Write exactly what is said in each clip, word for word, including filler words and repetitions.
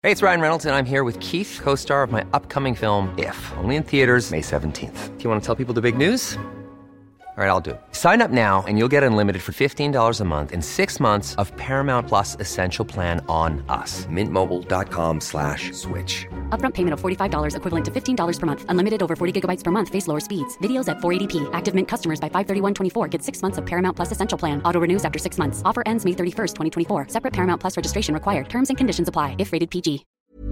Hey, it's Ryan Reynolds, and I'm here with Keith, co-star of my upcoming film, If, only in theaters May seventeenth. Do you want to tell people the big news? All right, I'll do it. Sign up now and you'll get unlimited for fifteen dollars a month and six months of Paramount Plus Essential Plan on us. Mint Mobile dot com slash switch. Upfront payment of forty-five dollars equivalent to fifteen dollars per month. Unlimited over forty gigabytes per month. Face lower speeds. Videos at four eighty p. Active Mint customers by five thirty-one twenty-four get six months of Paramount Plus Essential Plan. Auto renews after six months. Offer ends May thirty-first, twenty twenty-four. Separate Paramount Plus registration required. Terms and conditions apply if rated P G.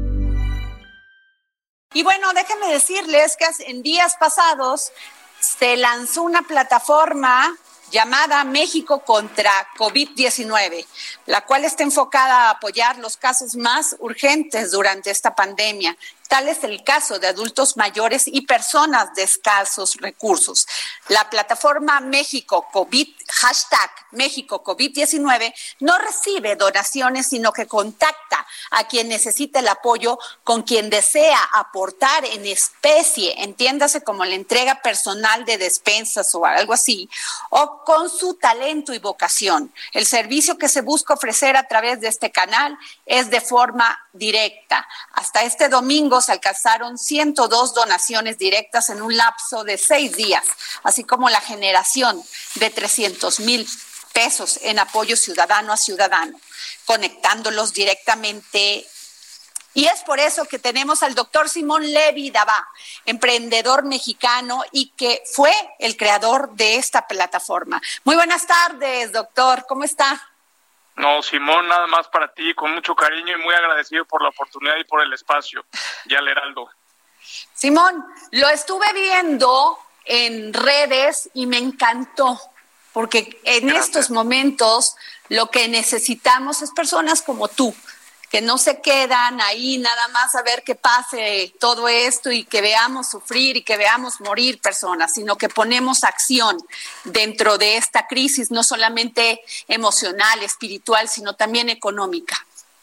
Y bueno, déjenme decirles que en días pasados se lanzó una plataforma llamada México contra COVID diecinueve, la cual está enfocada a apoyar los casos más urgentes durante esta pandemia. Tal es el caso de adultos mayores y personas de escasos recursos. La plataforma México COVID, hashtag México COVID diecinueve, no recibe donaciones, sino que contacta a quien necesite el apoyo con quien desea aportar en especie, entiéndase como la entrega personal de despensas o algo así, o con su talento y vocación. El servicio que se busca ofrecer a través de este canal es de forma directa. Hasta este domingo se alcanzaron ciento dos donaciones directas en un lapso de seis días, así como la generación de trescientos mil pesos en apoyo ciudadano a ciudadano, conectándolos directamente. Y es por eso que tenemos al doctor Simón Levi Dabá, emprendedor mexicano y que fue el creador de esta plataforma. Muy buenas tardes, doctor. ¿Cómo está? No, Simón, nada más para ti, con mucho cariño y muy agradecido por la oportunidad y por el espacio. Y al Heraldo. Simón, lo estuve viendo en redes y me encantó, porque en Gracias. Estos momentos lo que necesitamos es personas como tú, que no se quedan ahí nada más a ver que pase todo esto y que veamos sufrir y que veamos morir personas, sino que ponemos acción dentro de esta crisis, no solamente emocional, espiritual, sino también económica.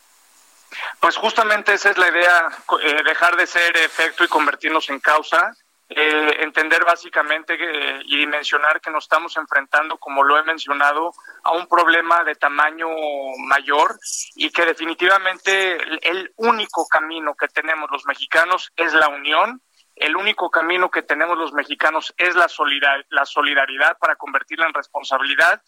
Pues justamente esa es la idea, eh, dejar de ser efecto y convertirnos en causa. Eh, entender básicamente que, y mencionar que nos estamos enfrentando, como lo he mencionado, a un problema de tamaño mayor y que definitivamente el, el único camino que tenemos los mexicanos es la unión, el único camino que tenemos los mexicanos es la solidar, la solidaridad para convertirla en responsabilidad.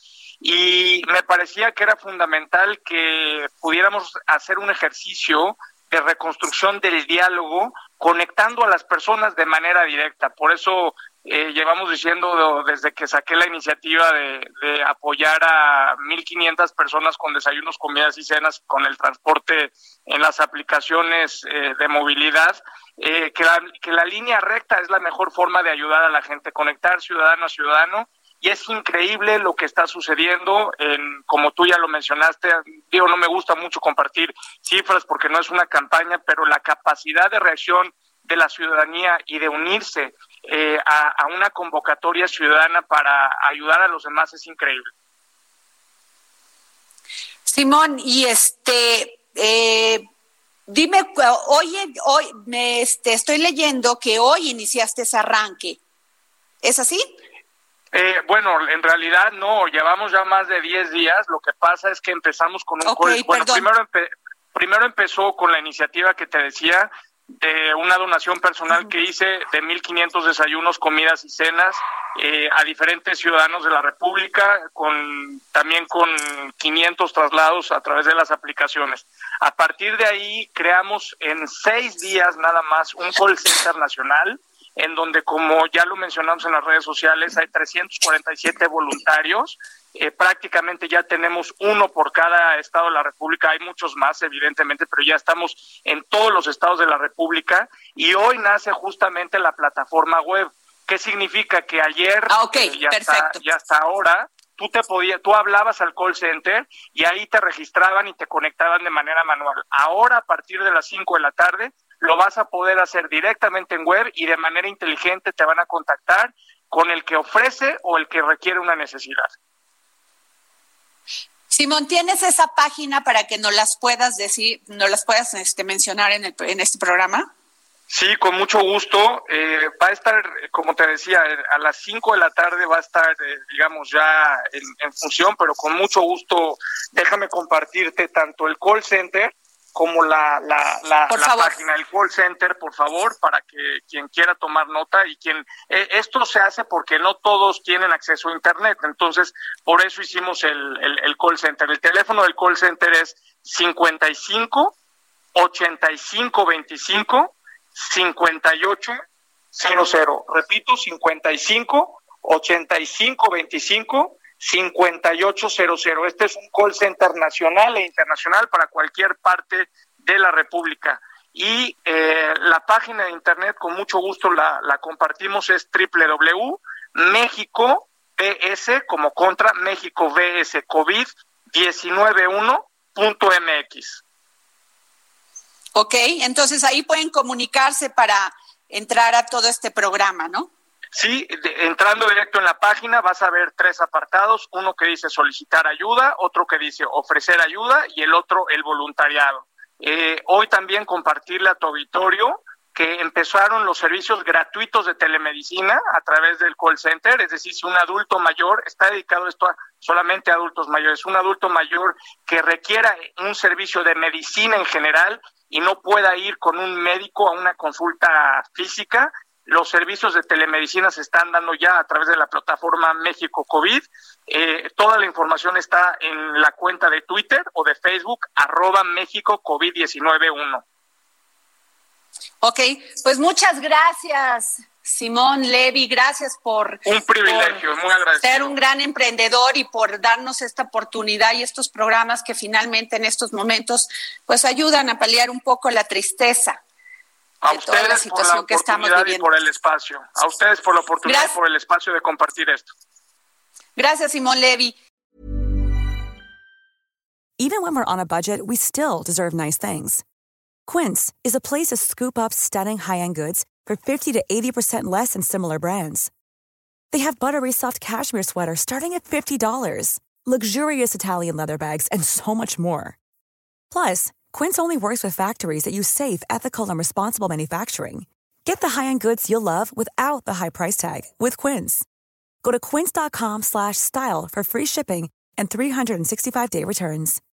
Y me parecía que era fundamental que pudiéramos hacer un ejercicio de reconstrucción del diálogo, conectando a las personas de manera directa. Por eso eh, llevamos diciendo desde que saqué la iniciativa de, de apoyar a mil quinientas personas con desayunos, comidas y cenas con el transporte en las aplicaciones eh, de movilidad, eh, que, la, que la línea recta es la mejor forma de ayudar a la gente, conectar ciudadano a ciudadano. Y es increíble lo que está sucediendo, en, como tú ya lo mencionaste, digo, no me gusta mucho compartir cifras porque no es una campaña, pero la capacidad de reacción de la ciudadanía y de unirse eh, a, a una convocatoria ciudadana para ayudar a los demás es increíble. Simón, y este, eh, dime, hoy, hoy me este, estoy leyendo que hoy iniciaste ese arranque, ¿es así? Eh, bueno, en realidad no, llevamos ya más de diez días. Lo que pasa es que empezamos con un okay, call. Bueno, primero, empe- primero empezó con la iniciativa que te decía de una donación personal uh-huh. que hice de mil quinientos desayunos, comidas y cenas eh, a diferentes ciudadanos de la República, con también con quinientos traslados a través de las aplicaciones. A partir de ahí creamos en seis días nada más un call center nacional, en donde, como ya lo mencionamos en las redes sociales, hay trescientos cuarenta y siete voluntarios, eh, prácticamente ya tenemos uno por cada estado de la República, hay muchos más evidentemente, pero ya estamos en todos los estados de la República, y hoy nace justamente la plataforma web. ¿Qué significa? Que ayer, ah, okay, eh, ya, perfecto. Está, ya hasta ahora, tú te podías, tú hablabas al call center y ahí te registraban y te conectaban de manera manual. Ahora, a partir de las cinco de la tarde, lo vas a poder hacer directamente en web y de manera inteligente te van a contactar con el que ofrece o el que requiere una necesidad. Simón, ¿tienes esa página para que nos las puedas decir, nos las puedas este, mencionar en, el, en este programa? Sí, con mucho gusto. Eh, va a estar, como te decía, a las cinco de la tarde va a estar, eh, digamos, ya en, en función, pero con mucho gusto déjame compartirte tanto el call center como la, la, la, por la favor. página del call center, por favor, para que quien quiera tomar nota y quien... Eh, esto se hace porque no todos tienen acceso a Internet, entonces por eso hicimos el, el, el call center. El teléfono del call center es cincuenta y cinco, ochenta y cinco veinticinco, cincuenta y ocho cero cero. Repito, cincuenta y cinco, ochenta y cinco veinticinco, cincuenta y ocho cero cero. Este es un call center nacional e internacional para cualquier parte de la República. Y eh, la página de internet, con mucho gusto la, la compartimos, es doble u doble u doble u punto méxico v s como contra México V S COVID diecinueve uno punto m x. Ok, entonces ahí pueden comunicarse para entrar a todo este programa, ¿no? Sí, de, entrando directo en la página vas a ver tres apartados, uno que dice solicitar ayuda, otro que dice ofrecer ayuda y el otro el voluntariado. Eh, hoy también compartirle a tu auditorio que empezaron los servicios gratuitos de telemedicina a través del call center, es decir, si un adulto mayor, está dedicado esto a solamente a adultos mayores, un adulto mayor que requiera un servicio de medicina en general y no pueda ir con un médico a una consulta física, los servicios de telemedicina se están dando ya a través de la plataforma México COVID. Eh, toda la información está en la cuenta de Twitter o de Facebook, arroba México COVID diecinueve uno. Ok, pues muchas gracias, Simón Levy, gracias por... Un privilegio, por muy agradecido. Ser un gran emprendedor y por darnos esta oportunidad y estos programas que finalmente en estos momentos pues ayudan a paliar un poco la tristeza. A de toda la situación que estamos viviendo. Y por el espacio. A ustedes por la oportunidad Gracias. y por el espacio de compartir esto. Gracias, Simón Levy. Even when we're on a budget, we still deserve nice things. Quince is a place to scoop up stunning high-end goods for fifty to eighty percent less than similar brands. They have buttery soft cashmere sweaters starting at fifty dollars, luxurious Italian leather bags, and so much more. Plus, Quince only works with factories that use safe, ethical, and responsible manufacturing. Get the high-end goods you'll love without the high price tag with Quince. Go to quince.com slash style for free shipping and three sixty-five day returns.